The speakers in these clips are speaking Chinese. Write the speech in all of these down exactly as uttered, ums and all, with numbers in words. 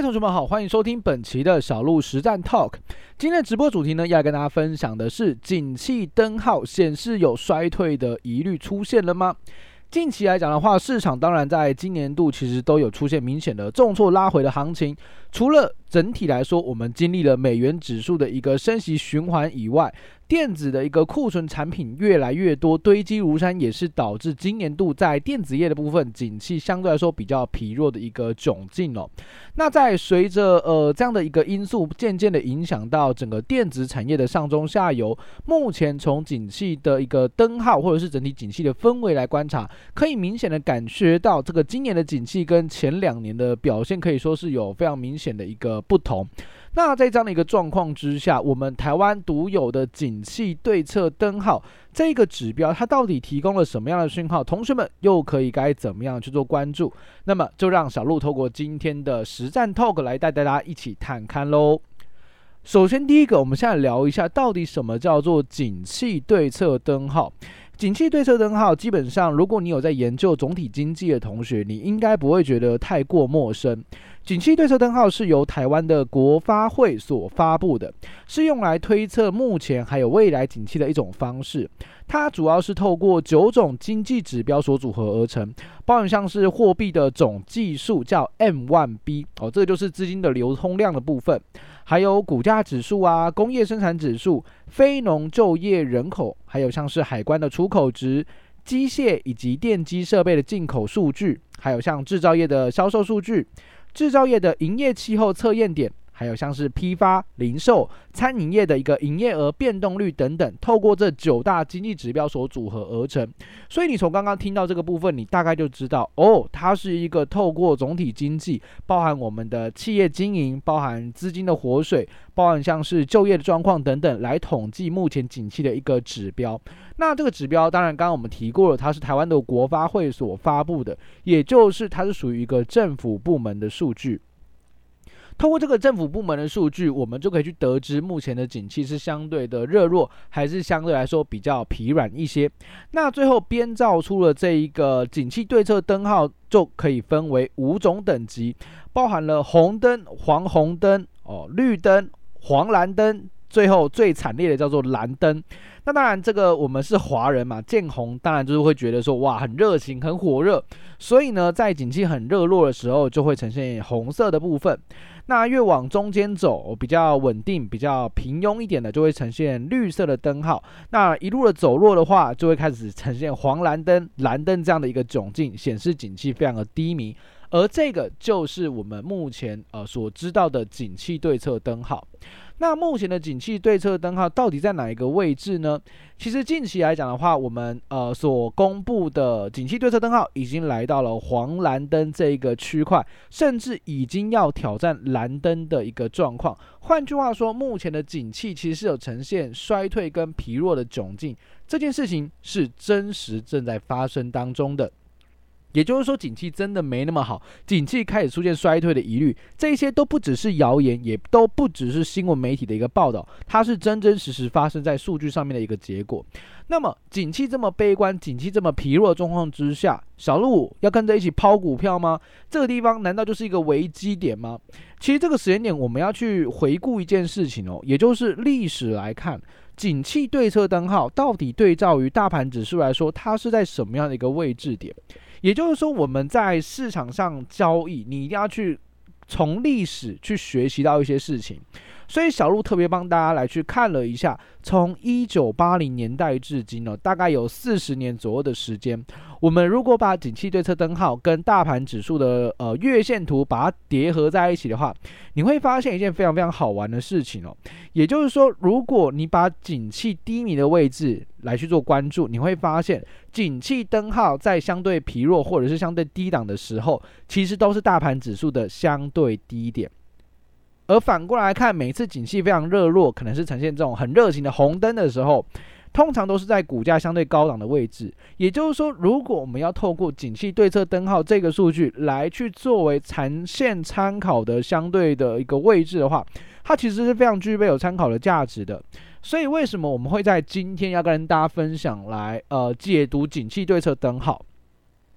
同学们好，欢迎收听本期的小鹿实战 Talk。今天的直播主题呢，要跟大家分享的是景气灯号显示有衰退的疑虑出现了吗？近期来讲的话，市场当然在今年度其实都有出现明显的重挫拉回的行情。除了整体来说，我们经历了美元指数的一个升息循环以外，电子的一个库存产品越来越多，堆积如山，也是导致今年度在电子业的部分景气相对来说比较疲弱的一个窘境哦。那在随着呃这样的一个因素渐渐的影响到整个电子产业的上中下游，目前从景气的一个灯号或者是整体景气的氛围来观察，可以明显的感觉到这个今年的景气跟前两年的表现可以说是有非常明显的一个不同。那在这样的一个状况之下，我们台湾独有的景气对策灯号这个指标，它到底提供了什么样的讯号？同学们又可以该怎么样去做关注？那么就让小鹿透过今天的实战 talk 来带大家一起探看咯。首先第一个，我们现在聊一下到底什么叫做景气对策灯号。景气对策灯号基本上，如果你有在研究总体经济的同学，你应该不会觉得太过陌生。景气对策灯号是由台湾的国发会所发布的，是用来推测目前还有未来景气的一种方式。它主要是透过九种经济指标所组合而成，包含像是货币的总计数叫 M 一 B 哦，这个就是资金的流通量的部分，还有股价指数啊、工业生产指数、非农就业人口，还有像是海关的出口值、机械以及电机设备的进口数据，还有像制造业的销售数据、制造业的营业气候测验点，还有像是批发、零售、餐饮业的一个营业额变动率等等，透过这九大经济指标所组合而成。所以你从刚刚听到这个部分，你大概就知道哦，它是一个透过总体经济，包含我们的企业经营，包含资金的活水，包含像是就业的状况等等，来统计目前景气的一个指标。那这个指标当然刚刚我们提过了，它是台湾的国发会所发布的，也就是它是属于一个政府部门的数据。透过这个政府部门的数据，我们就可以去得知目前的景气是相对的热络，还是相对来说比较疲软一些。那最后编造出了这一个景气对策灯号，就可以分为五种等级，包含了红灯、黄红灯、哦、绿灯、黄蓝灯，最后最惨烈的叫做蓝灯。那当然这个我们是华人嘛，见红当然就是会觉得说哇很热情很火热，所以呢在景气很热络的时候就会呈现红色的部分。那越往中间走，比较稳定比较平庸一点的就会呈现绿色的灯号。那一路的走弱的话，就会开始呈现黄蓝灯、蓝灯这样的一个窘境，显示景气非常的低迷。而这个就是我们目前呃所知道的景气对策灯号。那目前的景气对策灯号到底在哪一个位置呢？其实近期来讲的话，我们呃所公布的景气对策灯号已经来到了黄蓝灯这一个区块，甚至已经要挑战蓝灯的一个状况。换句话说，目前的景气其实是有呈现衰退跟疲弱的窘境，这件事情是真实正在发生当中的。也就是说，景气真的没那么好，景气开始出现衰退的疑虑，这些都不只是谣言，也都不只是新闻媒体的一个报道，它是真真实实发生在数据上面的一个结果。那么，景气这么悲观，景气这么疲弱的状况之下，小鹿要跟着一起抛股票吗？这个地方难道就是一个危机点吗？其实这个时间点，我们要去回顾一件事情哦，也就是历史来看，景气对策灯号到底对照于大盘指数来说，它是在什么样的一个位置点？也就是说，我们在市场上交易，你一定要去从历史去学习到一些事情。所以小鹿特别帮大家来去看了一下，从一九八零年代至今呢，大概有四十年左右的时间。我们如果把景气对策灯号跟大盘指数的呃月线图把它叠合在一起的话，你会发现一件非常非常好玩的事情哦。也就是说，如果你把景气低迷的位置来去做关注，你会发现景气灯号在相对疲弱或者是相对低档的时候，其实都是大盘指数的相对低点。而反过来看，每次景气非常热络，可能是呈现这种很热情的红灯的时候，通常都是在股价相对高档的位置。也就是说，如果我们要透过景气对策灯号这个数据来去作为长线参考的相对的一个位置的话，它其实是非常具备有参考的价值的。所以为什么我们会在今天要跟大家分享来呃解读景气对策灯号？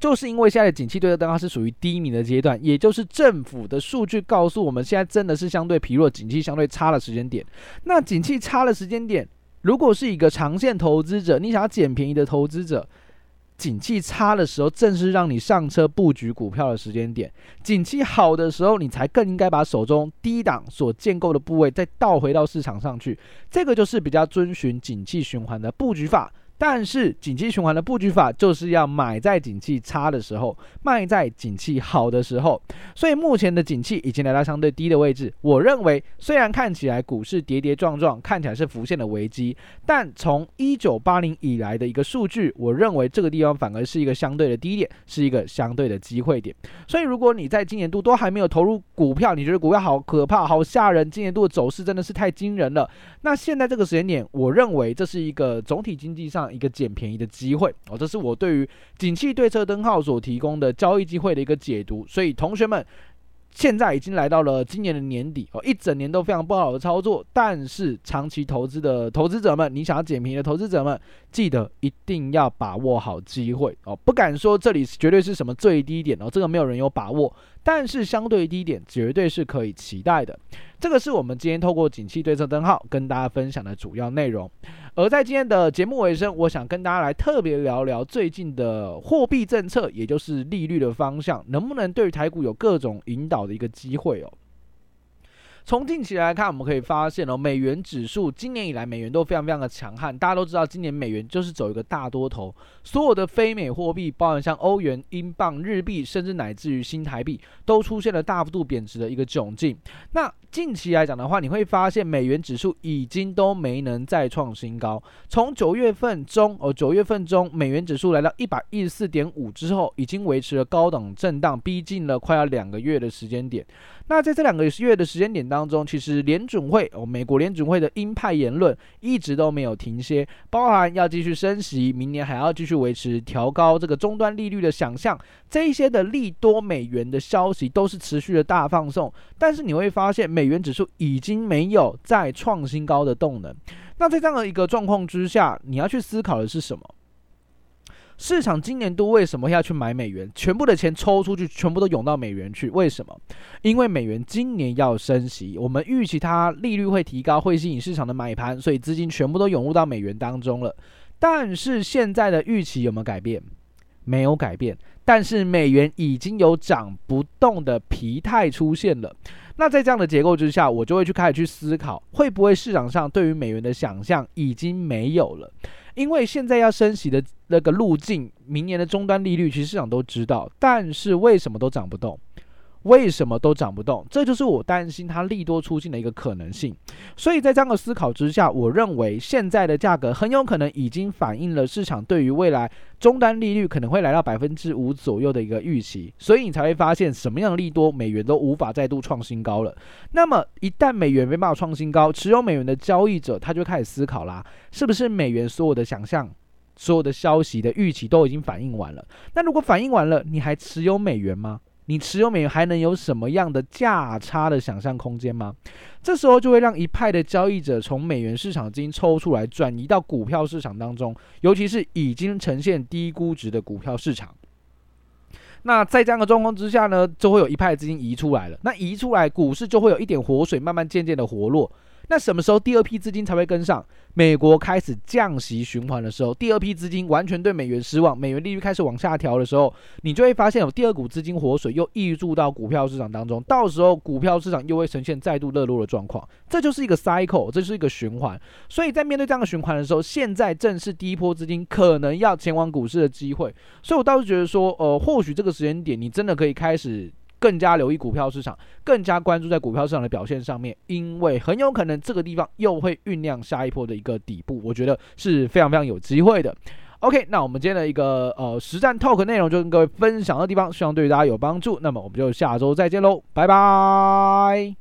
就是因为现在的景气对策灯号是属于低迷的阶段，也就是政府的数据告诉我们，现在真的是相对疲弱，景气相对差的时间点。那景气差的时间点，如果是一个长线投资者，你想要捡便宜的投资者，景气差的时候正是让你上车布局股票的时间点，景气好的时候你才更应该把手中低档所建构的部位再倒回到市场上去，这个就是比较遵循景气循环的布局法。但是景气循环的布局法就是要买在景气差的时候，卖在景气好的时候。所以目前的景气已经来到相对低的位置，我认为虽然看起来股市跌跌撞撞，看起来是浮现了危机，但从一九八零以来的一个数据，我认为这个地方反而是一个相对的低点，是一个相对的机会点。所以如果你在今年度都还没有投入股票，你觉得股票好可怕好吓人，今年度的走势真的是太惊人了，那现在这个时间点，我认为这是一个总体经济上一个捡便宜的机会哦，这是我对于景气对策灯号所提供的交易机会的一个解读。所以同学们，现在已经来到了今年的年底哦，一整年都非常不好的操作，但是长期投资的投资者们，你想要捡便宜的投资者们，记得一定要把握好机会哦，不敢说这里绝对是什么最低点哦，这个没有人有把握，但是相对低点绝对是可以期待的。这个是我们今天透过景气对策灯号跟大家分享的主要内容。而在今天的节目尾声，我想跟大家来特别聊聊最近的货币政策，也就是利率的方向，能不能对于台股有各种引导的一个机会哦。从近期来看，我们可以发现哦，美元指数今年以来美元都非常非常的强悍。大家都知道，今年美元就是走一个大多头，所有的非美货币，包含像欧元、英镑、日币，甚至乃至于新台币，都出现了大幅度贬值的一个窘境。那近期来讲的话，你会发现美元指数已经都没能再创新高。从九月份中哦，九月份中美元指数来到一百一十四点五之后，已经维持了高档震荡，逼近了快要两个月的时间点。那在这两个月的时间点当中，其实联准会哦，美国联准会的鹰派言论一直都没有停歇，包含要继续升息，明年还要继续维持调高这个终端利率的想象，这一些的利多美元的消息都是持续的大放送。但是你会发现，美元指数已经没有再创新高的动能。那在这样的一个状况之下，你要去思考的是什么？市场今年度为什么要去买美元？全部的钱抽出去，全部都涌到美元去，为什么？因为美元今年要升息，我们预期它利率会提高，会吸引市场的买盘，所以资金全部都涌入到美元当中了。但是现在的预期有没有改变？没有改变，但是美元已经有涨不动的疲态出现了。那在这样的结构之下，我就会去开始去思考，会不会市场上对于美元的想象已经没有了？因为现在要升息的那个路径，明年的终端利率其实市场都知道，但是为什么都涨不动？为什么都涨不动？这就是我担心它利多出尽的一个可能性。所以在这样的思考之下，我认为现在的价格很有可能已经反映了市场对于未来终端利率可能会来到 百分之五 左右的一个预期，所以你才会发现什么样的利多美元都无法再度创新高了。那么一旦美元没办法创新高，持有美元的交易者他就开始思考啦，是不是美元所有的想象，所有的消息的预期都已经反映完了？那如果反映完了，你还持有美元吗？你持有美元还能有什么样的价差的想象空间吗？这时候就会让一派的交易者从美元市场资金抽出来，转移到股票市场当中，尤其是已经呈现低估值的股票市场。那在这样的状况之下呢，就会有一派资金移出来了。那移出来，股市就会有一点活水，慢慢渐渐的活络。那什么时候第二批资金才会跟上？美国开始降息循环的时候，第二批资金完全对美元失望，美元利率开始往下调的时候，你就会发现有第二股资金活水又溢注到股票市场当中，到时候股票市场又会呈现再度热络的状况，这就是一个 cycle， 这就是一个循环。所以在面对这样的循环的时候，现在正是第一波资金可能要前往股市的机会。所以我倒是觉得说，呃，或许这个时间点你真的可以开始更加留意股票市场，更加关注在股票市场的表现上面，因为很有可能这个地方又会酝酿下一波的一个底部，我觉得是非常非常有机会的。OK， 那我们今天的一个呃实战 talk 内容就跟各位分享的地方，希望对大家有帮助。那么我们就下周再见喽，拜拜。